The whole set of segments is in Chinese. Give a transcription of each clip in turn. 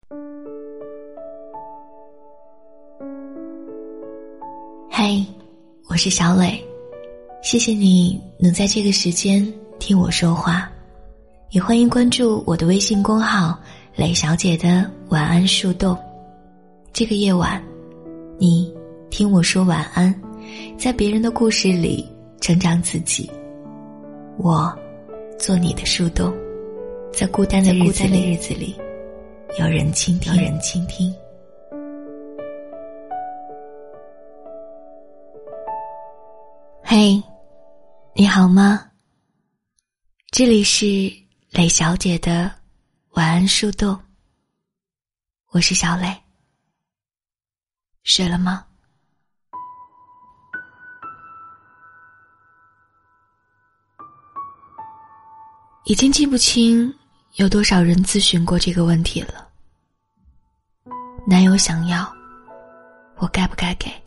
嗨，我是小磊，谢谢你能在这个时间听我说话，也欢迎关注我的微信公号磊小姐的晚安树洞。这个夜晚，你听我说晚安，在别人的故事里成长自己，我做你的树洞，在孤单的日子里有人倾听。嘿，你好吗？这里是磊小姐的晚安树洞，我是小磊。睡了吗？已经记不清有多少人咨询过这个问题了。男友想要，我该不该给？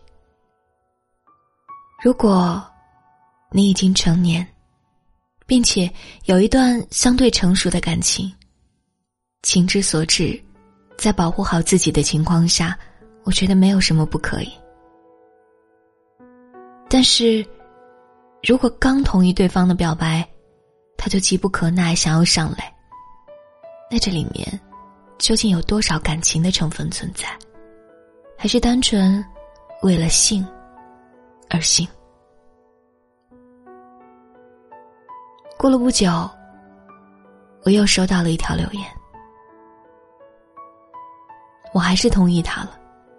如果你已经成年，并且有一段相对成熟的感情，情之所至，在保护好自己的情况下，我觉得没有什么不可以。但是如果刚同意对方的表白，他就急不可耐想要上来，那这里面究竟有多少感情的成分存在？还是单纯为了性而性？过了不久，我又收到了一条留言，我还是同意他了。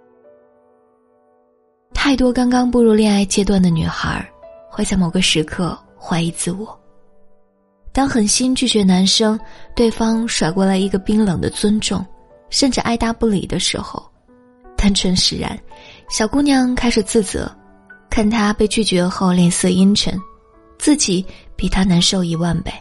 太多刚刚步入恋爱阶段的女孩会在某个时刻怀疑自我，当狠心拒绝男生，对方甩过来一个冰冷的尊重，甚至爱答不理的时候，单纯使然，小姑娘开始自责，看他被拒绝后脸色阴沉，自己比他难受10000倍。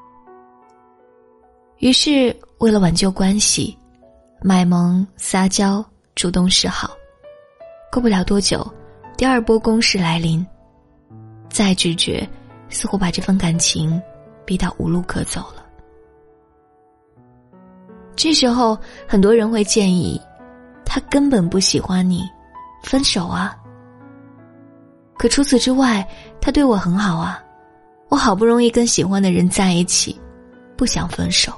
于是为了挽救关系，卖萌撒娇主动示好，过不了多久，第二波攻势来临，再拒绝似乎把这份感情逼到无路可走了。这时候很多人会建议他根本不喜欢你，分手啊。可除此之外，他对我很好啊，我好不容易跟喜欢的人在一起，不想分手。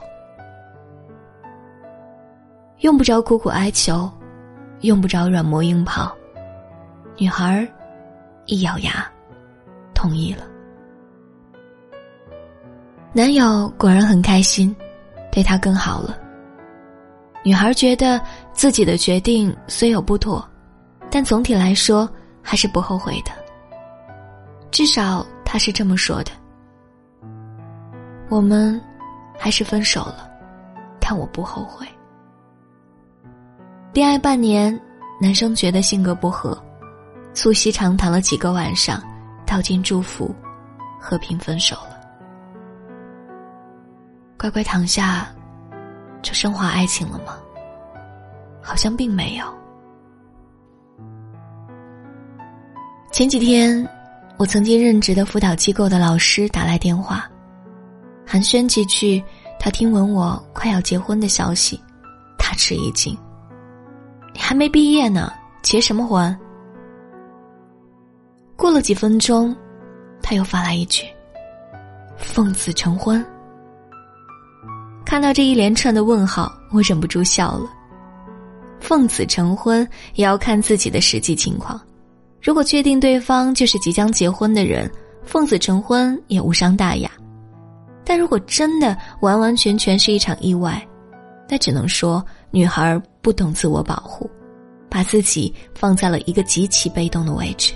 用不着苦苦哀求，用不着软磨硬泡，女孩一咬牙同意了。男友果然很开心，对她更好了。女孩觉得自己的决定虽有不妥，但总体来说还是不后悔的，至少她是这么说的。我们还是分手了，但我不后悔。恋爱半年，男生觉得性格不合，促膝长谈了几个晚上，道尽祝福，和平分手了。乖乖躺下，就升华爱情了吗？好像并没有。前几天，我曾经任职的辅导机构的老师打来电话，寒暄几句，他听闻我快要结婚的消息，大吃一惊。你还没毕业呢，结什么婚？过了几分钟，他又发来一句：奉子成婚。看到这一连串的问号，我忍不住笑了。奉子成婚也要看自己的实际情况，如果确定对方就是即将结婚的人，奉子成婚也无伤大雅。但如果真的完完全全是一场意外，那只能说女孩不懂自我保护，把自己放在了一个极其被动的位置。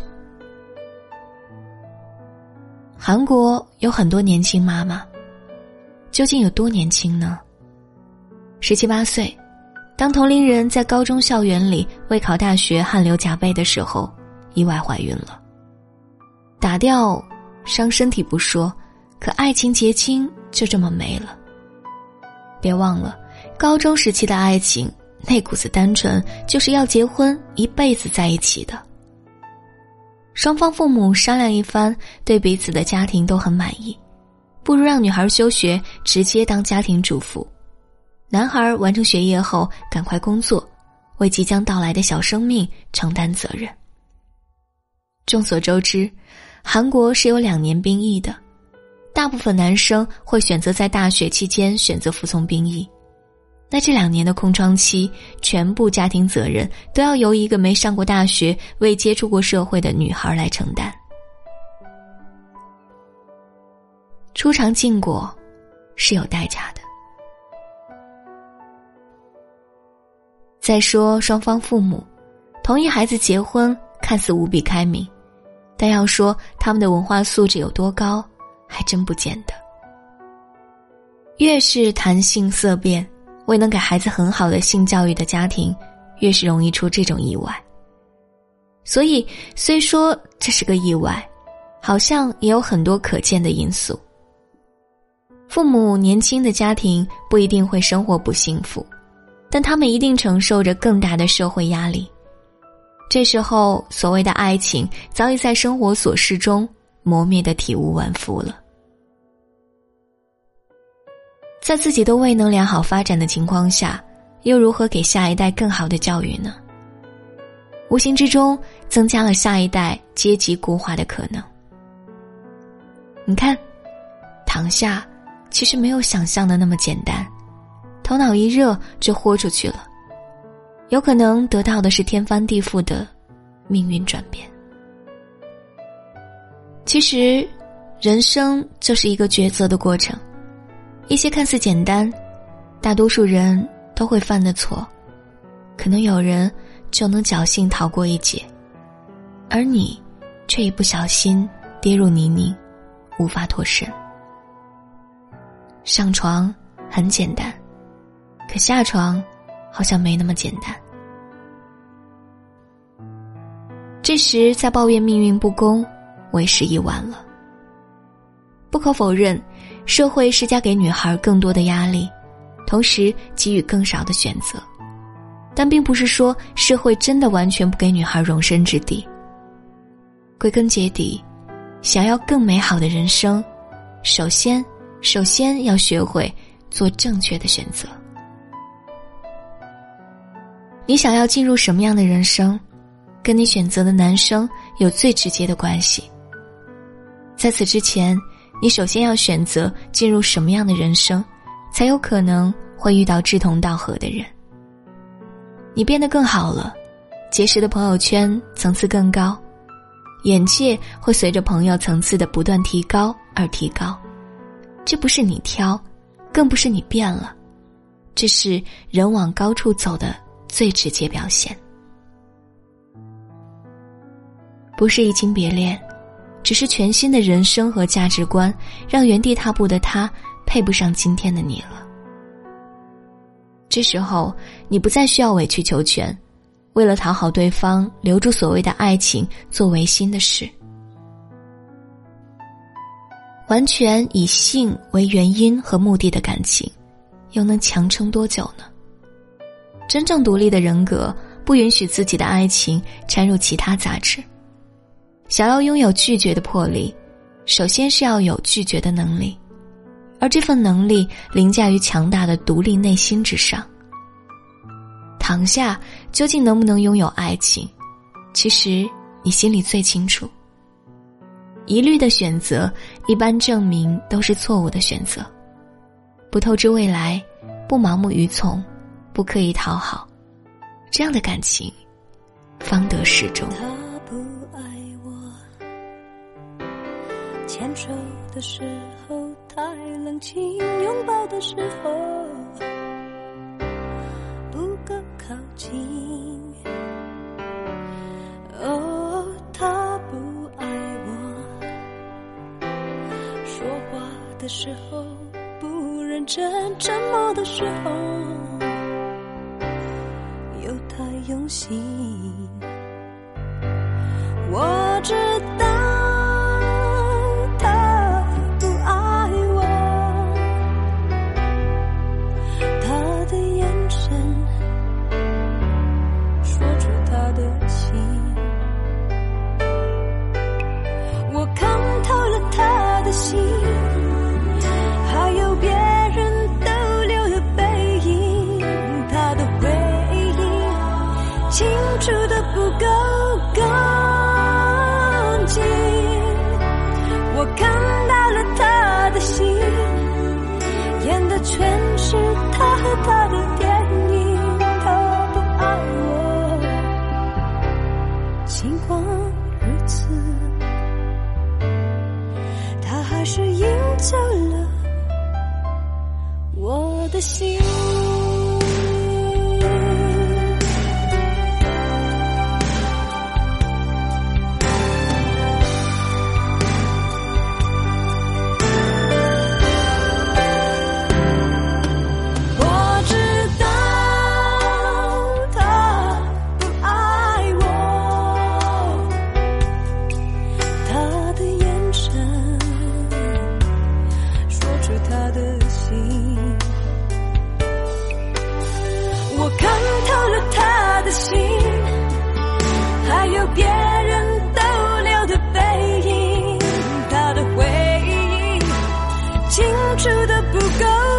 韩国有很多年轻妈妈，究竟有多年轻呢？17、18岁，当同龄人在高中校园里为考大学汗流浃背的时候，意外怀孕了。打掉伤身体不说，可爱情结晶就这么没了。别忘了，高中时期的爱情，那股子单纯，就是要结婚一辈子在一起的。双方父母商量一番，对彼此的家庭都很满意，不如让女孩休学，直接当家庭主妇。 男孩完成学业后赶快工作，为即将到来的小生命承担责任。众所周知，韩国是有2年兵役的，大部分男生会选择在大学期间选择服从兵役。那这2年的空窗期，全部家庭责任都要由一个没上过大学、未接触过社会的女孩来承担。初尝禁果是有代价的。再说双方父母同意孩子结婚，看似无比开明，但要说他们的文化素质有多高，还真不见得。越是谈性色变，未能给孩子很好的性教育的家庭，越是容易出这种意外。所以虽说这是个意外，好像也有很多可见的因素。父母年轻的家庭不一定会生活不幸福，但他们一定承受着更大的社会压力。这时候所谓的爱情早已在生活琐事中磨灭得体无完肤了。在自己都未能良好发展的情况下，又如何给下一代更好的教育呢？无形之中增加了下一代阶级固化的可能。你看，堂下其实没有想象的那么简单，头脑一热就豁出去了，有可能得到的是天翻地覆的命运转变。其实人生就是一个抉择的过程，一些看似简单，大多数人都会犯的错，可能有人就能侥幸逃过一劫，而你却一不小心跌入泥泞，无法脱身。上床很简单，可下床好像没那么简单。这时再抱怨命运不公，为时已晚了。不可否认，社会施加给女孩更多的压力，同时给予更少的选择，但并不是说社会真的完全不给女孩容身之地。归根结底，想要更美好的人生，首先要学会做正确的选择。你想要进入什么样的人生，跟你选择的男生有最直接的关系。在此之前，你首先要选择进入什么样的人生，才有可能会遇到志同道合的人。你变得更好了，结识的朋友圈层次更高，眼界会随着朋友层次的不断提高而提高。这不是你挑，更不是你变了，这是人往高处走的最直接表现。不是移情别恋，只是全新的人生和价值观让原地踏步的他配不上今天的你了。这时候你不再需要委曲求全，为了讨好对方留住所谓的爱情做违心的事。完全以性为原因和目的的感情，又能强撑多久呢？真正独立的人格不允许自己的爱情掺入其他杂质。想要拥有拒绝的魄力，首先是要有拒绝的能力，而这份能力凌驾于强大的独立内心之上。堂下究竟能不能拥有爱情，其实你心里最清楚。一律的选择一般证明都是错误的选择。不透支未来，不盲目于从，不刻意讨好，这样的感情方得始终。 他不爱我，牵手的时候太冷清，拥抱的时候不够靠近。哦，他不爱我，说话的时候不认真，沉默的时候又太用心。我知道他不爱我，他的眼神说出他的情，我看透了他的心，还有别人逗留的背影。 触的不够干净。我看到了他的心，演的全是他和他的电影。他不爱我，尽管如此，他还是赢走了我的心。我看透了他的心，还有别人逗留的背影，他的回忆清楚的不够